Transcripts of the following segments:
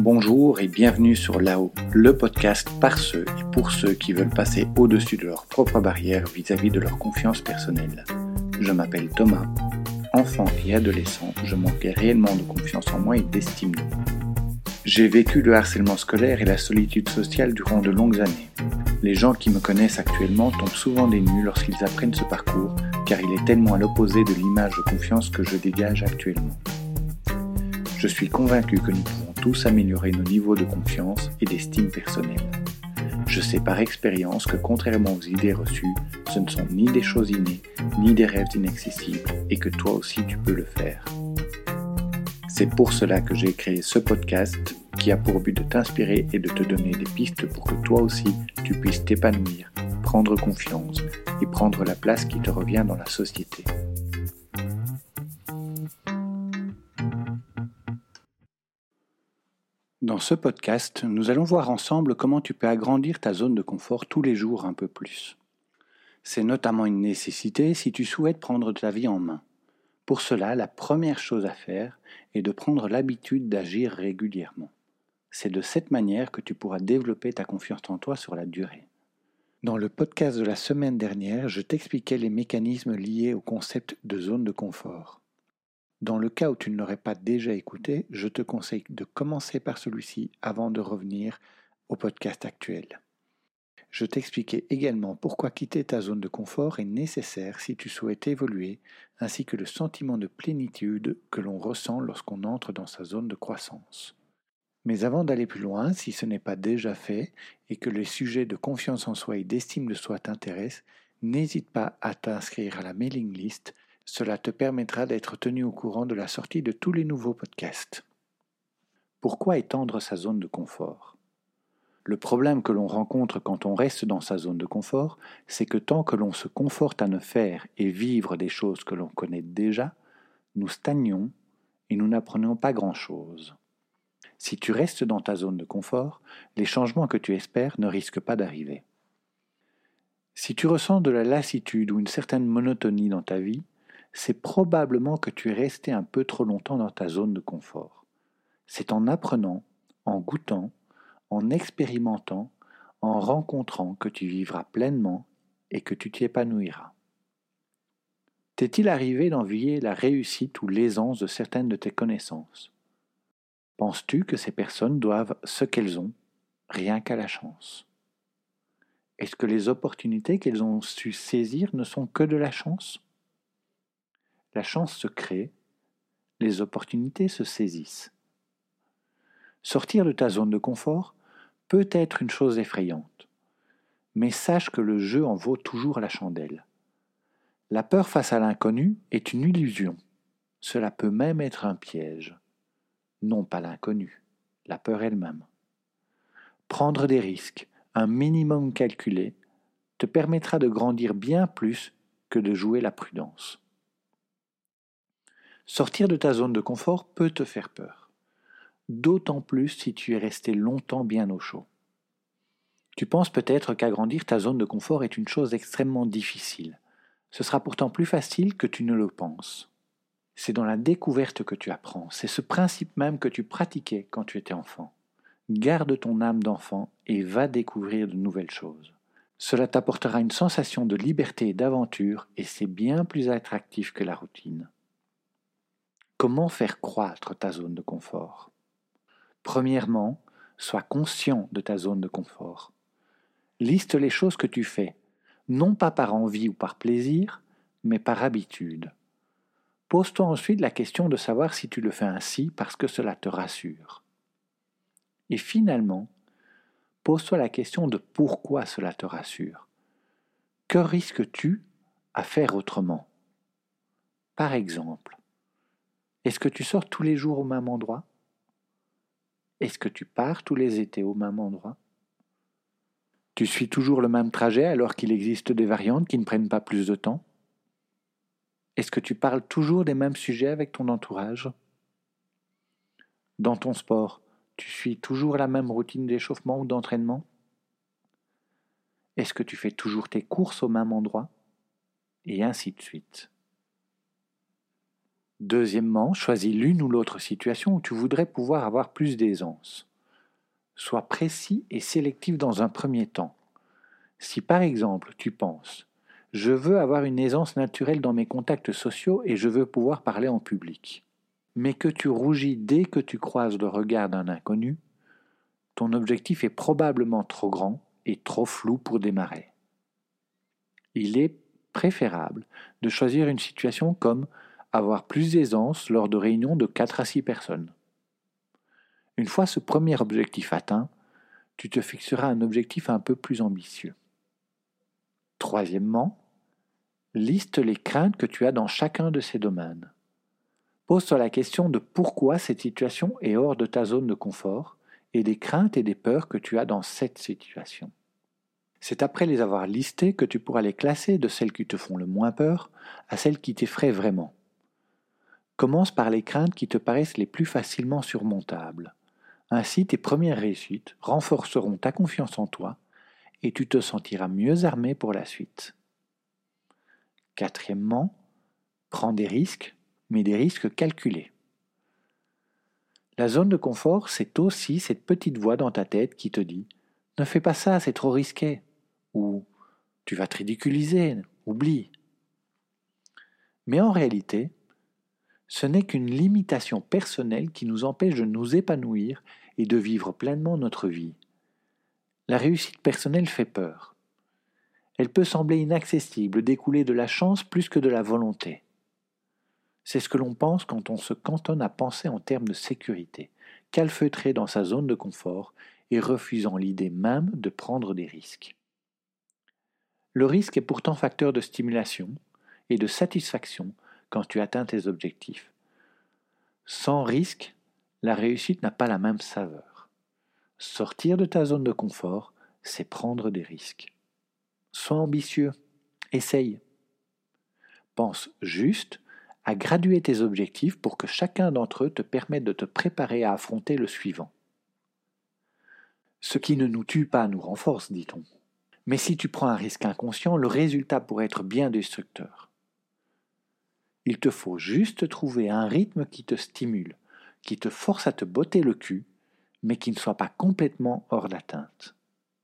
Bonjour et bienvenue sur Là-haut, le podcast par ceux et pour ceux qui veulent passer au-dessus de leurs propres barrières vis-à-vis de leur confiance personnelle. Je m'appelle Thomas. Enfant et adolescent, je manquais réellement de confiance en moi et d'estime de moi. J'ai vécu le harcèlement scolaire et la solitude sociale durant de longues années. Les gens qui me connaissent actuellement tombent souvent des nues lorsqu'ils apprennent ce parcours, car il est tellement à l'opposé de l'image de confiance que je dégage actuellement. Je suis convaincu que nous pouvons tous améliorer nos niveaux de confiance et d'estime personnelle. Je sais par expérience que contrairement aux idées reçues, ce ne sont ni des choses innées, ni des rêves inaccessibles, et que toi aussi tu peux le faire. C'est pour cela que j'ai créé ce podcast qui a pour but de t'inspirer et de te donner des pistes pour que toi aussi tu puisses t'épanouir, prendre confiance et prendre la place qui te revient dans la société. Dans ce podcast, nous allons voir ensemble comment tu peux agrandir ta zone de confort tous les jours un peu plus. C'est notamment une nécessité si tu souhaites prendre ta vie en main. Pour cela, la première chose à faire est de prendre l'habitude d'agir régulièrement. C'est de cette manière que tu pourras développer ta confiance en toi sur la durée. Dans le podcast de la semaine dernière, je t'expliquais les mécanismes liés au concept de zone de confort. Dans le cas où tu ne l'aurais pas déjà écouté, je te conseille de commencer par celui-ci avant de revenir au podcast actuel. Je t'expliquais également pourquoi quitter ta zone de confort est nécessaire si tu souhaites évoluer, ainsi que le sentiment de plénitude que l'on ressent lorsqu'on entre dans sa zone de croissance. Mais avant d'aller plus loin, si ce n'est pas déjà fait et que les sujets de confiance en soi et d'estime de soi t'intéressent, n'hésite pas à t'inscrire à la mailing list. Cela te permettra d'être tenu au courant de la sortie de tous les nouveaux podcasts. Pourquoi étendre sa zone de confort ? Le problème que l'on rencontre quand on reste dans sa zone de confort, c'est que tant que l'on se conforte à ne faire et vivre des choses que l'on connaît déjà, nous stagnons et nous n'apprenons pas grand-chose. Si tu restes dans ta zone de confort, les changements que tu espères ne risquent pas d'arriver. Si tu ressens de la lassitude ou une certaine monotonie dans ta vie, c'est probablement que tu es resté un peu trop longtemps dans ta zone de confort. C'est en apprenant, en goûtant, en expérimentant, en rencontrant que tu vivras pleinement et que tu t'y épanouiras. T'est-il arrivé d'envier la réussite ou l'aisance de certaines de tes connaissances ? Penses-tu que ces personnes doivent ce qu'elles ont, rien qu'à la chance ? Est-ce que les opportunités qu'elles ont su saisir ne sont que de la chance ? La chance se crée, les opportunités se saisissent. Sortir de ta zone de confort peut être une chose effrayante, mais sache que le jeu en vaut toujours la chandelle. La peur face à l'inconnu est une illusion. Cela peut même être un piège. Non pas l'inconnu, la peur elle-même. Prendre des risques, un minimum calculé, te permettra de grandir bien plus que de jouer la prudence. Sortir de ta zone de confort peut te faire peur, d'autant plus si tu es resté longtemps bien au chaud. Tu penses peut-être qu'agrandir ta zone de confort est une chose extrêmement difficile. Ce sera pourtant plus facile que tu ne le penses. C'est dans la découverte que tu apprends, c'est ce principe même que tu pratiquais quand tu étais enfant. Garde ton âme d'enfant et va découvrir de nouvelles choses. Cela t'apportera une sensation de liberté et d'aventure et c'est bien plus attractif que la routine. Comment faire croître ta zone de confort ? Premièrement, sois conscient de ta zone de confort. Liste les choses que tu fais, non pas par envie ou par plaisir, mais par habitude. Pose-toi ensuite la question de savoir si tu le fais ainsi parce que cela te rassure. Et finalement, pose-toi la question de pourquoi cela te rassure. Que risques-tu à faire autrement ? Par exemple, est-ce que tu sors tous les jours au même endroit ? Est-ce que tu pars tous les étés au même endroit ? Tu suis toujours le même trajet alors qu'il existe des variantes qui ne prennent pas plus de temps ? Est-ce que tu parles toujours des mêmes sujets avec ton entourage ? Dans ton sport, tu suis toujours la même routine d'échauffement ou d'entraînement ? Est-ce que tu fais toujours tes courses au même endroit ? Et ainsi de suite. Deuxièmement, choisis l'une ou l'autre situation où tu voudrais pouvoir avoir plus d'aisance. Sois précis et sélectif dans un premier temps. Si par exemple tu penses « Je veux avoir une aisance naturelle dans mes contacts sociaux et je veux pouvoir parler en public », mais que tu rougis dès que tu croises le regard d'un inconnu, ton objectif est probablement trop grand et trop flou pour démarrer. Il est préférable de choisir une situation comme avoir plus d'aisance lors de réunions de 4 à 6 personnes. Une fois ce premier objectif atteint, tu te fixeras un objectif un peu plus ambitieux. Troisièmement, liste les craintes que tu as dans chacun de ces domaines. Pose-toi la question de pourquoi cette situation est hors de ta zone de confort et des craintes et des peurs que tu as dans cette situation. C'est après les avoir listées que tu pourras les classer de celles qui te font le moins peur à celles qui t'effraient vraiment. Commence par les craintes qui te paraissent les plus facilement surmontables. Ainsi, tes premières réussites renforceront ta confiance en toi et tu te sentiras mieux armé pour la suite. Quatrièmement, prends des risques, mais des risques calculés. La zone de confort, c'est aussi cette petite voix dans ta tête qui te dit « Ne fais pas ça, c'est trop risqué » ou « Tu vas te ridiculiser, oublie ». Mais en réalité, ce n'est qu'une limitation personnelle qui nous empêche de nous épanouir et de vivre pleinement notre vie. La réussite personnelle fait peur. Elle peut sembler inaccessible, découler de la chance plus que de la volonté. C'est ce que l'on pense quand on se cantonne à penser en termes de sécurité, calfeutré dans sa zone de confort et refusant l'idée même de prendre des risques. Le risque est pourtant facteur de stimulation et de satisfaction quand tu atteins tes objectifs. Sans risque, la réussite n'a pas la même saveur. Sortir de ta zone de confort, c'est prendre des risques. Sois ambitieux, essaye. Pense juste à graduer tes objectifs pour que chacun d'entre eux te permette de te préparer à affronter le suivant. Ce qui ne nous tue pas nous renforce, dit-on. Mais si tu prends un risque inconscient, le résultat pourrait être bien destructeur. Il te faut juste trouver un rythme qui te stimule, qui te force à te botter le cul, mais qui ne soit pas complètement hors d'atteinte.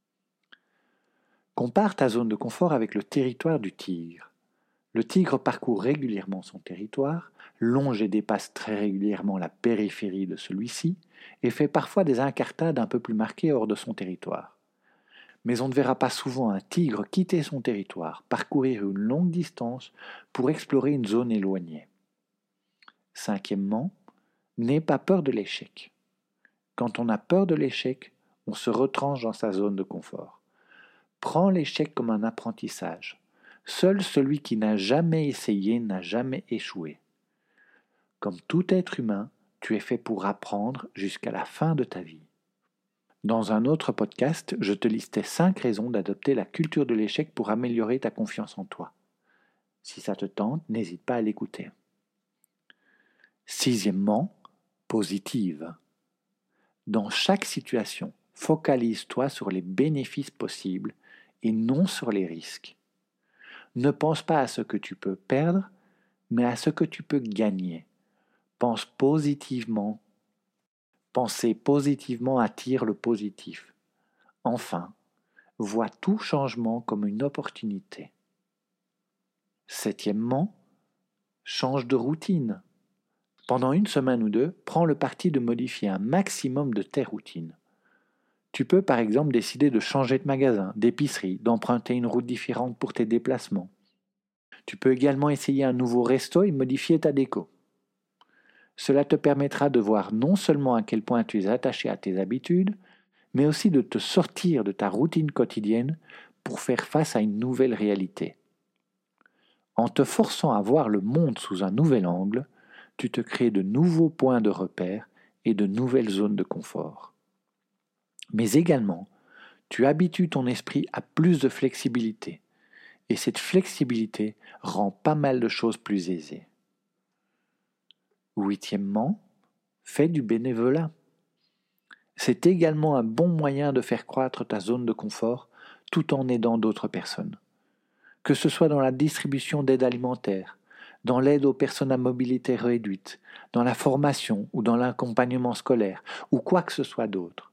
Compare ta zone de confort avec le territoire du tigre. Le tigre parcourt régulièrement son territoire, longe et dépasse très régulièrement la périphérie de celui-ci, et fait parfois des incartades un peu plus marquées hors de son territoire. Mais on ne verra pas souvent un tigre quitter son territoire, parcourir une longue distance pour explorer une zone éloignée. Cinquièmement, n'aie pas peur de l'échec. Quand on a peur de l'échec, on se retranche dans sa zone de confort. Prends l'échec comme un apprentissage. Seul celui qui n'a jamais essayé n'a jamais échoué. Comme tout être humain, tu es fait pour apprendre jusqu'à la fin de ta vie. Dans un autre podcast, je te listais 5 raisons d'adopter la culture de l'échec pour améliorer ta confiance en toi. Si ça te tente, n'hésite pas à l'écouter. Sixièmement, positive. Dans chaque situation, focalise-toi sur les bénéfices possibles et non sur les risques. Ne pense pas à ce que tu peux perdre, mais à ce que tu peux gagner. Pense positivement. Penser positivement attire le positif. Enfin, vois tout changement comme une opportunité. Septièmement, change de routine. Pendant une semaine ou deux, prends le parti de modifier un maximum de tes routines. Tu peux par exemple décider de changer de magasin, d'épicerie, d'emprunter une route différente pour tes déplacements. Tu peux également essayer un nouveau resto et modifier ta déco. Cela te permettra de voir non seulement à quel point tu es attaché à tes habitudes, mais aussi de te sortir de ta routine quotidienne pour faire face à une nouvelle réalité. En te forçant à voir le monde sous un nouvel angle, tu te crées de nouveaux points de repère et de nouvelles zones de confort. Mais également, tu habitues ton esprit à plus de flexibilité, et cette flexibilité rend pas mal de choses plus aisées. Huitièmement, fais du bénévolat. C'est également un bon moyen de faire croître ta zone de confort tout en aidant d'autres personnes. Que ce soit dans la distribution d'aide alimentaire, dans l'aide aux personnes à mobilité réduite, dans la formation ou dans l'accompagnement scolaire, ou quoi que ce soit d'autre.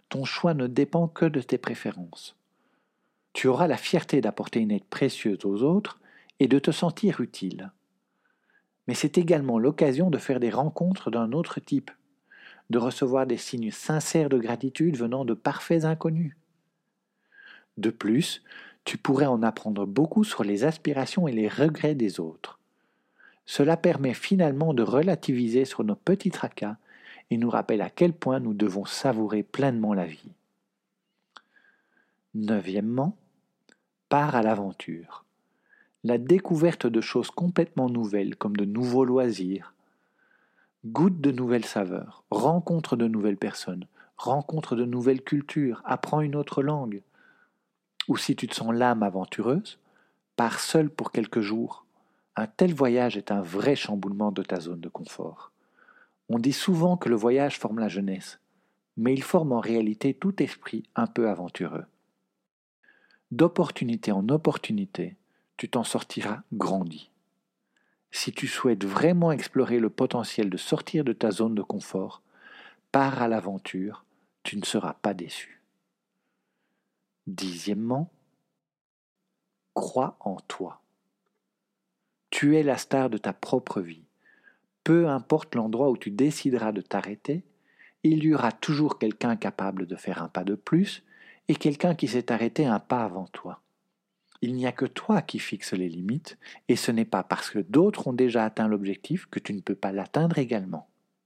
Ton choix ne dépend que de tes préférences. Tu auras la fierté d'apporter une aide précieuse aux autres et de te sentir utile. Mais c'est également l'occasion de faire des rencontres d'un autre type, de recevoir des signes sincères de gratitude venant de parfaits inconnus. De plus, tu pourrais en apprendre beaucoup sur les aspirations et les regrets des autres. Cela permet finalement de relativiser sur nos petits tracas et nous rappelle à quel point nous devons savourer pleinement la vie. Neuvièmement, pars à l'aventure. La découverte de choses complètement nouvelles comme de nouveaux loisirs, goûte de nouvelles saveurs, rencontre de nouvelles personnes, rencontre de nouvelles cultures, apprends une autre langue. Ou si tu te sens l'âme aventureuse, pars seul pour quelques jours. Un tel voyage est un vrai chamboulement de ta zone de confort. On dit souvent que le voyage forme la jeunesse, mais il forme en réalité tout esprit un peu aventureux. D'opportunité en opportunité, tu t'en sortiras grandi. Si tu souhaites vraiment explorer le potentiel de sortir de ta zone de confort, pars à l'aventure, tu ne seras pas déçu. Dixièmement, crois en toi. Tu es la star de ta propre vie. Peu importe l'endroit où tu décideras de t'arrêter, il y aura toujours quelqu'un capable de faire un pas de plus et quelqu'un qui s'est arrêté un pas avant toi. Il n'y a que toi qui fixes les limites, et ce n'est pas parce que d'autres ont déjà atteint l'objectif que tu ne peux pas l'atteindre également.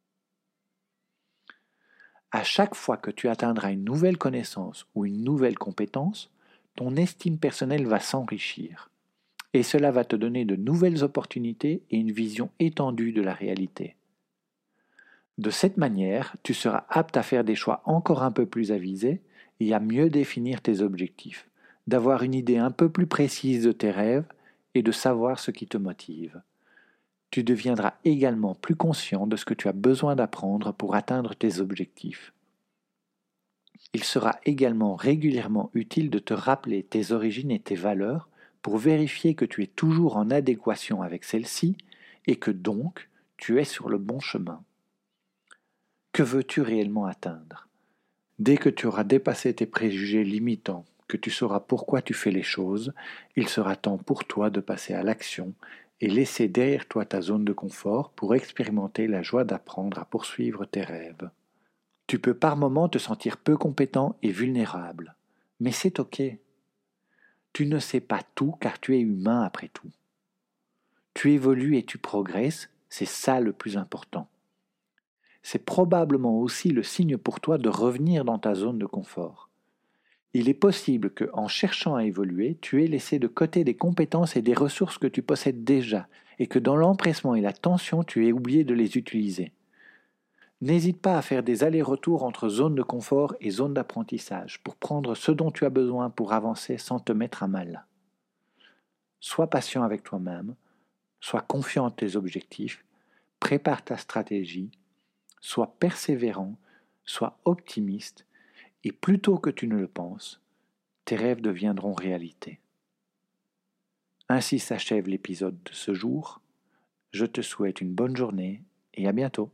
À chaque fois que tu atteindras une nouvelle connaissance ou une nouvelle compétence, ton estime personnelle va s'enrichir, et cela va te donner de nouvelles opportunités et une vision étendue de la réalité. De cette manière, tu seras apte à faire des choix encore un peu plus avisés et à mieux définir tes objectifs, d'avoir une idée un peu plus précise de tes rêves et de savoir ce qui te motive. Tu deviendras également plus conscient de ce que tu as besoin d'apprendre pour atteindre tes objectifs. Il sera également régulièrement utile de te rappeler tes origines et tes valeurs pour vérifier que tu es toujours en adéquation avec celles-ci et que donc tu es sur le bon chemin. Que veux-tu réellement atteindre ? Dès que tu auras dépassé tes préjugés limitants, que tu sauras pourquoi tu fais les choses, il sera temps pour toi de passer à l'action et laisser derrière toi ta zone de confort pour expérimenter la joie d'apprendre à poursuivre tes rêves. Tu peux par moments te sentir peu compétent et vulnérable, mais c'est ok. Tu ne sais pas tout car tu es humain après tout. Tu évolues et tu progresses, c'est ça le plus important. C'est probablement aussi le signe pour toi de revenir dans ta zone de confort. Il est possible que, en cherchant à évoluer, tu aies laissé de côté des compétences et des ressources que tu possèdes déjà, et que dans l'empressement et la tension, tu aies oublié de les utiliser. N'hésite pas à faire des allers-retours entre zone de confort et zone d'apprentissage pour prendre ce dont tu as besoin pour avancer sans te mettre à mal. Sois patient avec toi-même, sois confiant en tes objectifs, prépare ta stratégie, sois persévérant, sois optimiste, et plus tôt que tu ne le penses, tes rêves deviendront réalité. Ainsi s'achève l'épisode de ce jour. Je te souhaite une bonne journée et à bientôt.